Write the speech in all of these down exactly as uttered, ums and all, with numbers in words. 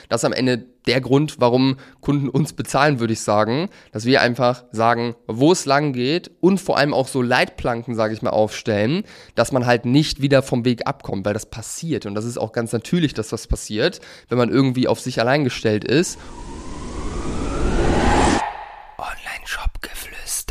Das ist am Ende der Grund, warum Kunden uns bezahlen, würde ich sagen, dass wir einfach sagen, wo es lang geht und vor allem auch so Leitplanken, sage ich mal, aufstellen, dass man halt nicht wieder vom Weg abkommt, weil das passiert und das ist auch ganz natürlich, dass das passiert, wenn man irgendwie auf sich allein gestellt ist. Online-Shop-Geflüster.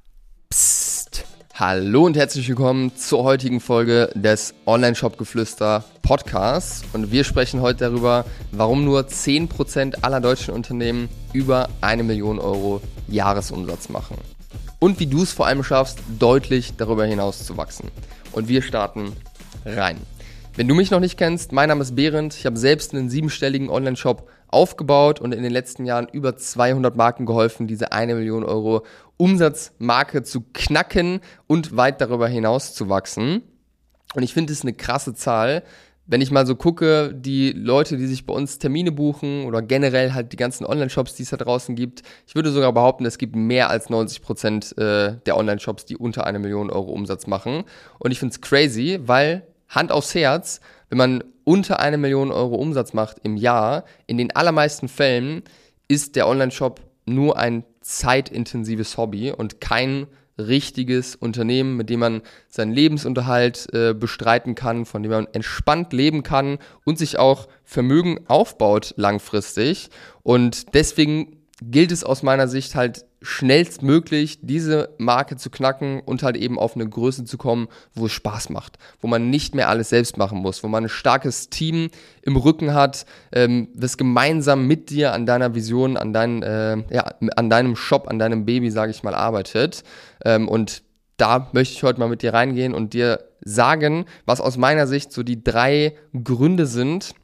Psst. Hallo und herzlich willkommen zur heutigen Folge des Online-Shop-Geflüster Podcasts und wir sprechen heute darüber, warum nur zehn Prozent aller deutschen Unternehmen über eine Million Euro Jahresumsatz machen und wie du es vor allem schaffst, deutlich darüber hinaus zu wachsen. Und wir starten rein. Wenn du mich noch nicht kennst, mein Name ist Berend, ich habe selbst einen siebenstelligen Online-Shop aufgebaut und in den letzten Jahren über zweihundert Marken geholfen, diese eine Million Euro Umsatzmarke zu knacken und weit darüber hinaus zu wachsen. Und ich finde es eine krasse Zahl. Wenn ich mal so gucke, die Leute, die sich bei uns Termine buchen oder generell halt die ganzen Online-Shops, die es da draußen gibt, ich würde sogar behaupten, es gibt mehr als neunzig Prozent der Online-Shops, die unter eine Million Euro Umsatz machen. Und ich finde es crazy, weil Hand aufs Herz, wenn man unter eine Million Euro Umsatz macht im Jahr, in den allermeisten Fällen ist der Online-Shop nur ein zeitintensives Hobby und kein richtiges Unternehmen, mit dem man seinen Lebensunterhalt äh, bestreiten kann, von dem man entspannt leben kann und sich auch Vermögen aufbaut langfristig. Und deswegen gilt es aus meiner Sicht halt schnellstmöglich, diese Marke zu knacken und halt eben auf eine Größe zu kommen, wo es Spaß macht, wo man nicht mehr alles selbst machen muss, wo man ein starkes Team im Rücken hat, ähm, das gemeinsam mit dir an deiner Vision, an, dein, äh, ja, an deinem Shop, an deinem Baby, sage ich mal, arbeitet. Ähm, und da möchte ich heute mal mit dir reingehen und dir sagen, was aus meiner Sicht so die drei Gründe sind,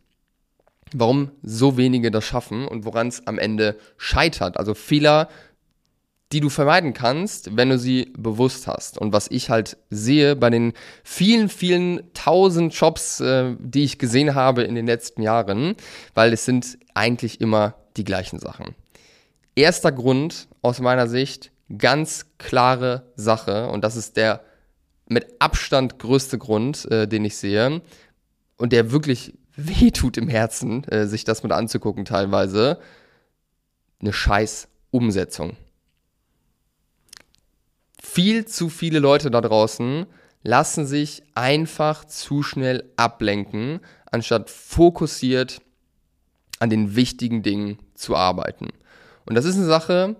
warum so wenige das schaffen und woran es am Ende scheitert. Also Fehler, die du vermeiden kannst, wenn du sie bewusst hast. Und was ich halt sehe bei den vielen, vielen tausend Shops, äh, die ich gesehen habe in den letzten Jahren, weil es sind eigentlich immer die gleichen Sachen. Erster Grund aus meiner Sicht, ganz klare Sache und das ist der mit Abstand größte Grund, äh, den ich sehe und der wirklich weh tut im Herzen, äh, sich das mit anzugucken teilweise, eine scheiß Umsetzung. Viel zu viele Leute da draußen lassen sich einfach zu schnell ablenken, anstatt fokussiert an den wichtigen Dingen zu arbeiten. Und das ist eine Sache,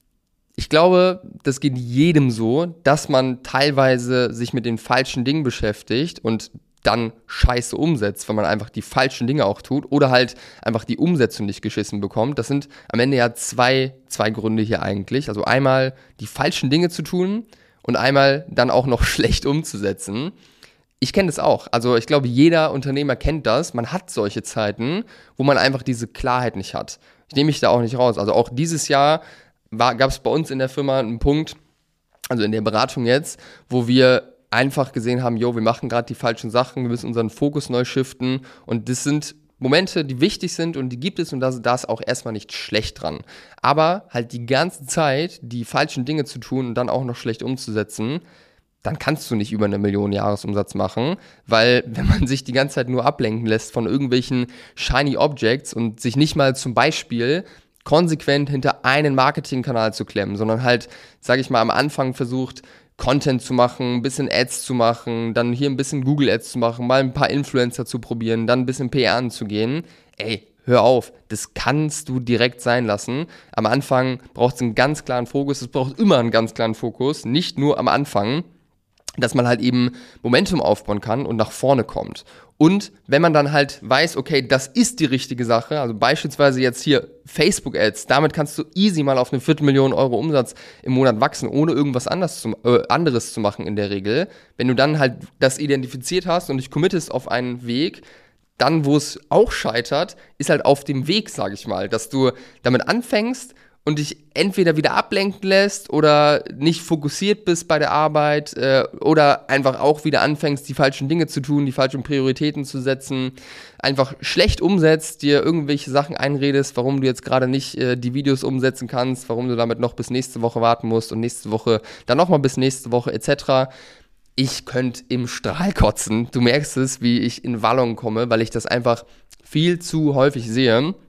ich glaube, das geht jedem so, dass man teilweise sich mit den falschen Dingen beschäftigt und dann scheiße umsetzt, weil man einfach die falschen Dinge auch tut oder halt einfach die Umsetzung nicht geschissen bekommt. Das sind am Ende ja zwei, zwei Gründe hier eigentlich. Also einmal die falschen Dinge zu tun und einmal dann auch noch schlecht umzusetzen. Ich kenne das auch. Also ich glaube, jeder Unternehmer kennt das. Man hat solche Zeiten, wo man einfach diese Klarheit nicht hat. Ich nehme mich da auch nicht raus. Also auch dieses Jahr gab es bei uns in der Firma einen Punkt, also in der Beratung jetzt, wo wir einfach gesehen haben, jo, wir machen gerade die falschen Sachen, wir müssen unseren Fokus neu shiften und das sind Momente, die wichtig sind und die gibt es und da, da ist auch erstmal nicht schlecht dran. Aber halt die ganze Zeit die falschen Dinge zu tun und dann auch noch schlecht umzusetzen, dann kannst du nicht über eine Million Jahresumsatz machen, weil wenn man sich die ganze Zeit nur ablenken lässt von irgendwelchen shiny Objects und sich nicht mal zum Beispiel konsequent hinter einen Marketingkanal zu klemmen, sondern halt, sage ich mal, am Anfang versucht, Content zu machen, ein bisschen Ads zu machen, dann hier ein bisschen Google Ads zu machen, mal ein paar Influencer zu probieren, dann ein bisschen P R anzugehen. Ey, hör auf, das kannst du direkt sein lassen. Am Anfang braucht es einen ganz klaren Fokus, es braucht immer einen ganz klaren Fokus, nicht nur am Anfang, dass man halt eben Momentum aufbauen kann und nach vorne kommt. Und wenn man dann halt weiß, okay, das ist die richtige Sache, also beispielsweise jetzt hier Facebook-Ads, damit kannst du easy mal auf eine Viertelmillion Euro Umsatz im Monat wachsen, ohne irgendwas anderes zu, äh, anderes zu machen in der Regel. Wenn du dann halt das identifiziert hast und dich committest auf einen Weg, dann, wo es auch scheitert, ist halt auf dem Weg, sage ich mal, dass du damit anfängst und dich entweder wieder ablenken lässt oder nicht fokussiert bist bei der Arbeit äh, oder einfach auch wieder anfängst, die falschen Dinge zu tun, die falschen Prioritäten zu setzen, einfach schlecht umsetzt, dir irgendwelche Sachen einredest, warum du jetzt gerade nicht äh, die Videos umsetzen kannst, warum du damit noch bis nächste Woche warten musst und nächste Woche dann nochmal bis nächste Woche et cetera. Ich könnte im Strahl kotzen. Du merkst es, wie ich in Wallung komme, weil ich das einfach viel zu häufig sehe.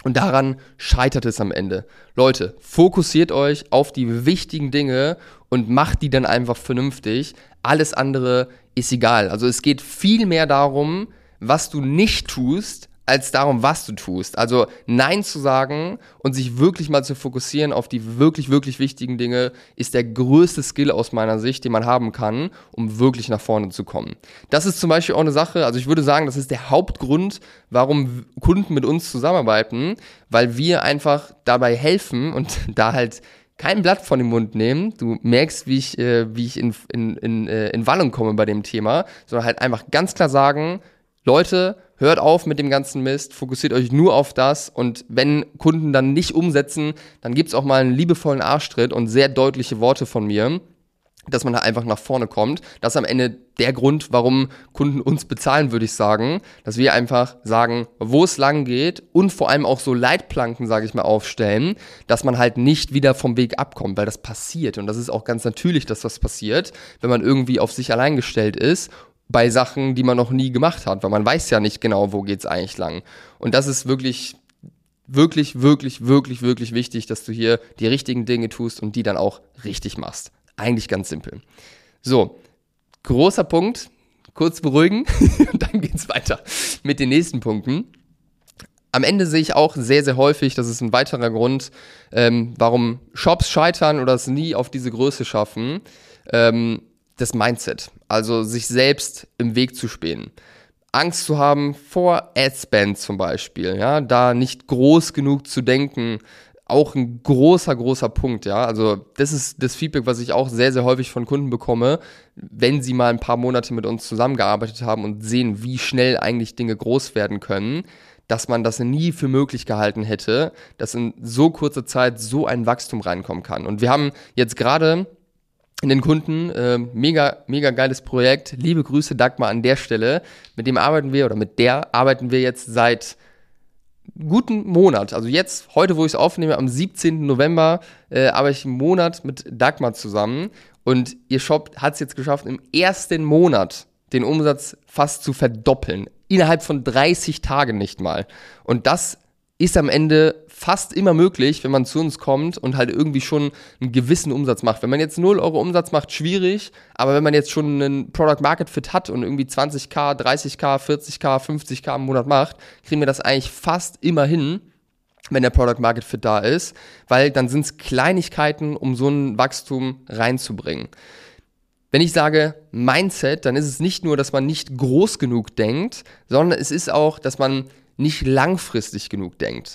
Und daran scheitert es am Ende. Leute, fokussiert euch auf die wichtigen Dinge und macht die dann einfach vernünftig. Alles andere ist egal. Also es geht viel mehr darum, was du nicht tust, als darum, was du tust. Also Nein zu sagen und sich wirklich mal zu fokussieren auf die wirklich, wirklich wichtigen Dinge, ist der größte Skill aus meiner Sicht, den man haben kann, um wirklich nach vorne zu kommen. Das ist zum Beispiel auch eine Sache, also ich würde sagen, das ist der Hauptgrund, warum Kunden mit uns zusammenarbeiten, weil wir einfach dabei helfen und da halt kein Blatt von dem Mund nehmen. Du merkst, wie ich, äh, wie ich in, in, in, äh, in Wallung komme bei dem Thema, sondern halt einfach ganz klar sagen, Leute, hört auf mit dem ganzen Mist, fokussiert euch nur auf das und wenn Kunden dann nicht umsetzen, dann gibt's auch mal einen liebevollen Arschtritt und sehr deutliche Worte von mir, dass man da einfach nach vorne kommt. Das ist am Ende der Grund, warum Kunden uns bezahlen, würde ich sagen, dass wir einfach sagen, wo es lang geht und vor allem auch so Leitplanken, sage ich mal, aufstellen, dass man halt nicht wieder vom Weg abkommt, weil das passiert und das ist auch ganz natürlich, dass das passiert, wenn man irgendwie auf sich allein gestellt ist, bei Sachen, die man noch nie gemacht hat, weil man weiß ja nicht genau, wo geht's eigentlich lang. Und das ist wirklich, wirklich, wirklich, wirklich, wirklich wichtig, dass du hier die richtigen Dinge tust und die dann auch richtig machst. Eigentlich ganz simpel. So, großer Punkt, kurz beruhigen und dann geht's weiter mit den nächsten Punkten. Am Ende sehe ich auch sehr, sehr häufig, das ist ein weiterer Grund, ähm, warum Shops scheitern oder es nie auf diese Größe schaffen, ähm, das Mindset, also sich selbst im Weg zu spähen. Angst zu haben vor Adspend zum Beispiel, ja, da nicht groß genug zu denken, auch ein großer, großer Punkt, ja, also das ist das Feedback, was ich auch sehr, sehr häufig von Kunden bekomme, wenn sie mal ein paar Monate mit uns zusammengearbeitet haben und sehen, wie schnell eigentlich Dinge groß werden können, dass man das nie für möglich gehalten hätte, dass in so kurzer Zeit so ein Wachstum reinkommen kann. Und wir haben jetzt gerade in den Kunden, äh, mega, mega geiles Projekt. Liebe Grüße, Dagmar, an der Stelle. Mit dem arbeiten wir, oder mit der arbeiten wir jetzt seit guten Monat. Also jetzt, heute, wo ich es aufnehme, am siebzehnten November, äh, arbeite ich einen Monat mit Dagmar zusammen. Und ihr Shop hat es jetzt geschafft, im ersten Monat den Umsatz fast zu verdoppeln. Innerhalb von dreißig Tagen nicht mal. Und das ist am Ende fast immer möglich, wenn man zu uns kommt und halt irgendwie schon einen gewissen Umsatz macht. Wenn man jetzt null Euro Umsatz macht, schwierig, aber wenn man jetzt schon einen Product Market Fit hat und irgendwie zwanzigtausend, dreißigtausend, vierzigtausend, fünfzigtausend im Monat macht, kriegen wir das eigentlich fast immer hin, wenn der Product Market Fit da ist, weil dann sind es Kleinigkeiten, um so ein Wachstum reinzubringen. Wenn ich sage Mindset, dann ist es nicht nur, dass man nicht groß genug denkt, sondern es ist auch, dass man nicht langfristig genug denkt.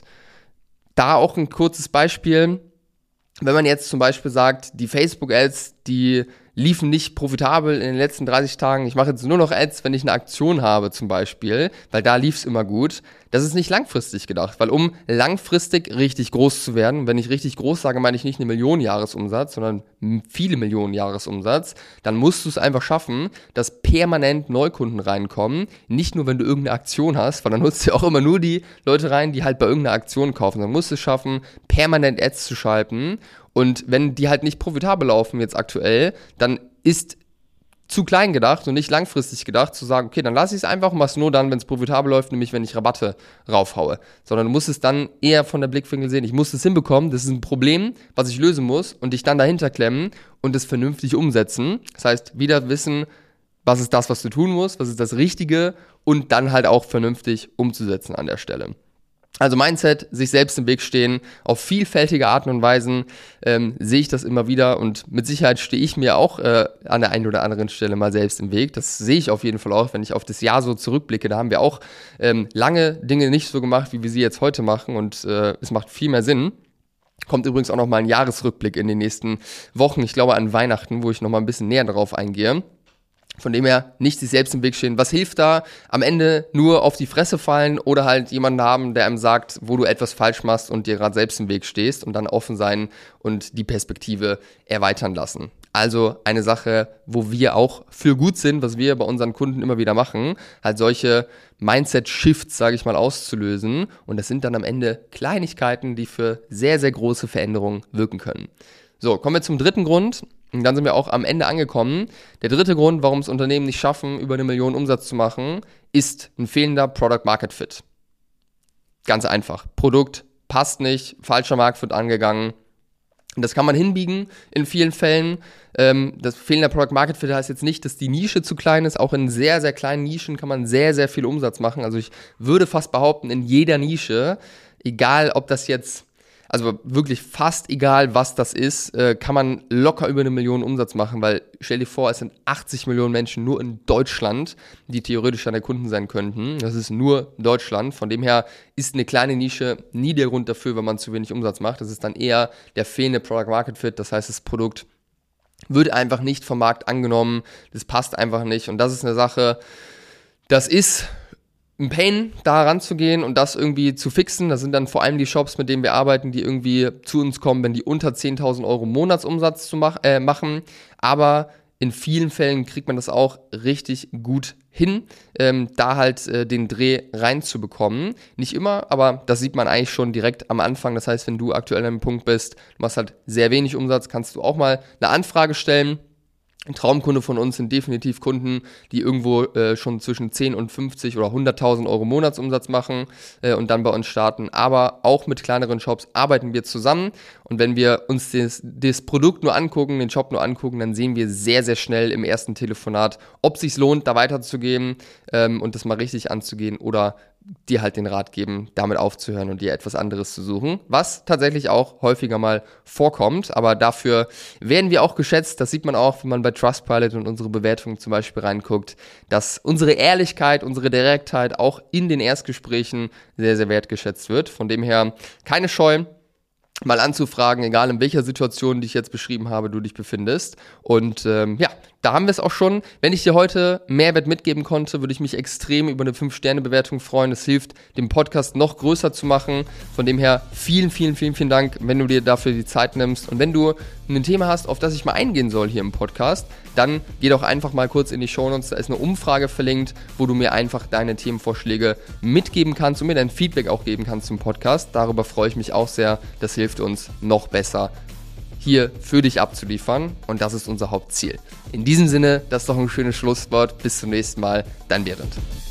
Da auch ein kurzes Beispiel, wenn man jetzt zum Beispiel sagt, die Facebook-Ads, die liefen nicht profitabel in den letzten dreißig Tagen, ich mache jetzt nur noch Ads, wenn ich eine Aktion habe zum Beispiel, weil da lief es immer gut. Das ist nicht langfristig gedacht, weil um langfristig richtig groß zu werden, wenn ich richtig groß sage, meine ich nicht eine Million Jahresumsatz, sondern viele Millionen Jahresumsatz, dann musst du es einfach schaffen, dass permanent Neukunden reinkommen, nicht nur, wenn du irgendeine Aktion hast, weil dann holst du ja auch immer nur die Leute rein, die halt bei irgendeiner Aktion kaufen, dann musst du es schaffen, permanent Ads zu schalten. Und wenn die halt nicht profitabel laufen jetzt aktuell, dann ist zu klein gedacht und nicht langfristig gedacht, zu sagen, okay, dann lasse ich es einfach und mach's nur dann, wenn es profitabel läuft, nämlich wenn ich Rabatte raufhaue. Sondern du musst es dann eher von der Blickwinkel sehen. Ich muss es hinbekommen, das ist ein Problem, was ich lösen muss und dich dann dahinter klemmen und es vernünftig umsetzen. Das heißt, wieder wissen, was ist das, was du tun musst, was ist das Richtige und dann halt auch vernünftig umzusetzen an der Stelle. Also Mindset, sich selbst im Weg stehen, auf vielfältige Arten und Weisen ähm, sehe ich das immer wieder und mit Sicherheit stehe ich mir auch äh, an der einen oder anderen Stelle mal selbst im Weg. Das sehe ich auf jeden Fall auch, wenn ich auf das Jahr so zurückblicke. Da haben wir auch ähm, lange Dinge nicht so gemacht, wie wir sie jetzt heute machen und äh, es macht viel mehr Sinn. Kommt übrigens auch noch mal ein Jahresrückblick in den nächsten Wochen, ich glaube an Weihnachten, wo ich noch mal ein bisschen näher darauf eingehe. Von dem her nicht sich selbst im Weg stehen. Was hilft da? Am Ende nur auf die Fresse fallen oder halt jemanden haben, der einem sagt, wo du etwas falsch machst und dir gerade selbst im Weg stehst und dann offen sein und die Perspektive erweitern lassen. Also eine Sache, wo wir auch für gut sind, was wir bei unseren Kunden immer wieder machen, halt solche Mindset-Shifts, sage ich mal, auszulösen. Und das sind dann am Ende Kleinigkeiten, die für sehr, sehr große Veränderungen wirken können. So, kommen wir zum dritten Grund. Und dann sind wir auch am Ende angekommen. Der dritte Grund, warum es Unternehmen nicht schaffen, über eine Million Umsatz zu machen, ist ein fehlender Product Market Fit. Ganz einfach. Produkt passt nicht, falscher Markt wird angegangen. Und das kann man hinbiegen in vielen Fällen. Ähm, das fehlende Product Market Fit heißt jetzt nicht, dass die Nische zu klein ist. Auch in sehr, sehr kleinen Nischen kann man sehr, sehr viel Umsatz machen. Also ich würde fast behaupten, in jeder Nische, egal ob das jetzt, also wirklich fast egal, was das ist, äh, kann man locker über eine Million Umsatz machen, weil stell dir vor, es sind achtzig Millionen Menschen nur in Deutschland, die theoretisch deine Kunden sein könnten. Das ist nur Deutschland. Von dem her ist eine kleine Nische nie der Grund dafür, wenn man zu wenig Umsatz macht. Das ist dann eher der fehlende Product Market Fit. Das heißt, das Produkt wird einfach nicht vom Markt angenommen. Das passt einfach nicht. Und das ist eine Sache, das ist ein Pain, da ranzugehen und das irgendwie zu fixen. Das sind dann vor allem die Shops, mit denen wir arbeiten, die irgendwie zu uns kommen, wenn die unter zehntausend Euro Monatsumsatz zu mach, äh, machen. Aber in vielen Fällen kriegt man das auch richtig gut hin, ähm, da halt äh, den Dreh reinzubekommen. Nicht immer, aber das sieht man eigentlich schon direkt am Anfang. Das heißt, wenn du aktuell an einem Punkt bist, du machst halt sehr wenig Umsatz, kannst du auch mal eine Anfrage stellen. Ein Traumkunde von uns sind definitiv Kunden, die irgendwo äh, schon zwischen zehn und fünfzig oder hunderttausend Euro Monatsumsatz machen äh, und dann bei uns starten. Aber auch mit kleineren Shops arbeiten wir zusammen. Und wenn wir uns das, das Produkt nur angucken, den Shop nur angucken, dann sehen wir sehr, sehr schnell im ersten Telefonat, ob es sich lohnt, da weiterzugehen ähm, und das mal richtig anzugehen oder dir halt den Rat geben, damit aufzuhören und dir etwas anderes zu suchen, was tatsächlich auch häufiger mal vorkommt, aber dafür werden wir auch geschätzt. Das sieht man auch, wenn man bei Trustpilot und unsere Bewertungen zum Beispiel reinguckt, dass unsere Ehrlichkeit, unsere Direktheit auch in den Erstgesprächen sehr, sehr wertgeschätzt wird. Von dem her keine Scheu, mal anzufragen, egal in welcher Situation, die ich jetzt beschrieben habe, du dich befindest. Und ähm, ja, da haben wir es auch schon. Wenn ich dir heute Mehrwert mitgeben konnte, würde ich mich extrem über eine fünf Sterne Bewertung freuen. Das hilft, den Podcast noch größer zu machen. Von dem her vielen, vielen, vielen, vielen Dank, wenn du dir dafür die Zeit nimmst. Und wenn du ein Thema hast, auf das ich mal eingehen soll hier im Podcast, dann geh doch einfach mal kurz in die Shownotes. Da ist eine Umfrage verlinkt, wo du mir einfach deine Themenvorschläge mitgeben kannst und mir dein Feedback auch geben kannst zum Podcast. Darüber freue ich mich auch sehr. Das hilft uns noch besser, hier für dich abzuliefern, und das ist unser Hauptziel. In diesem Sinne, das ist doch ein schönes Schlusswort. Bis zum nächsten Mal, dein Behrend.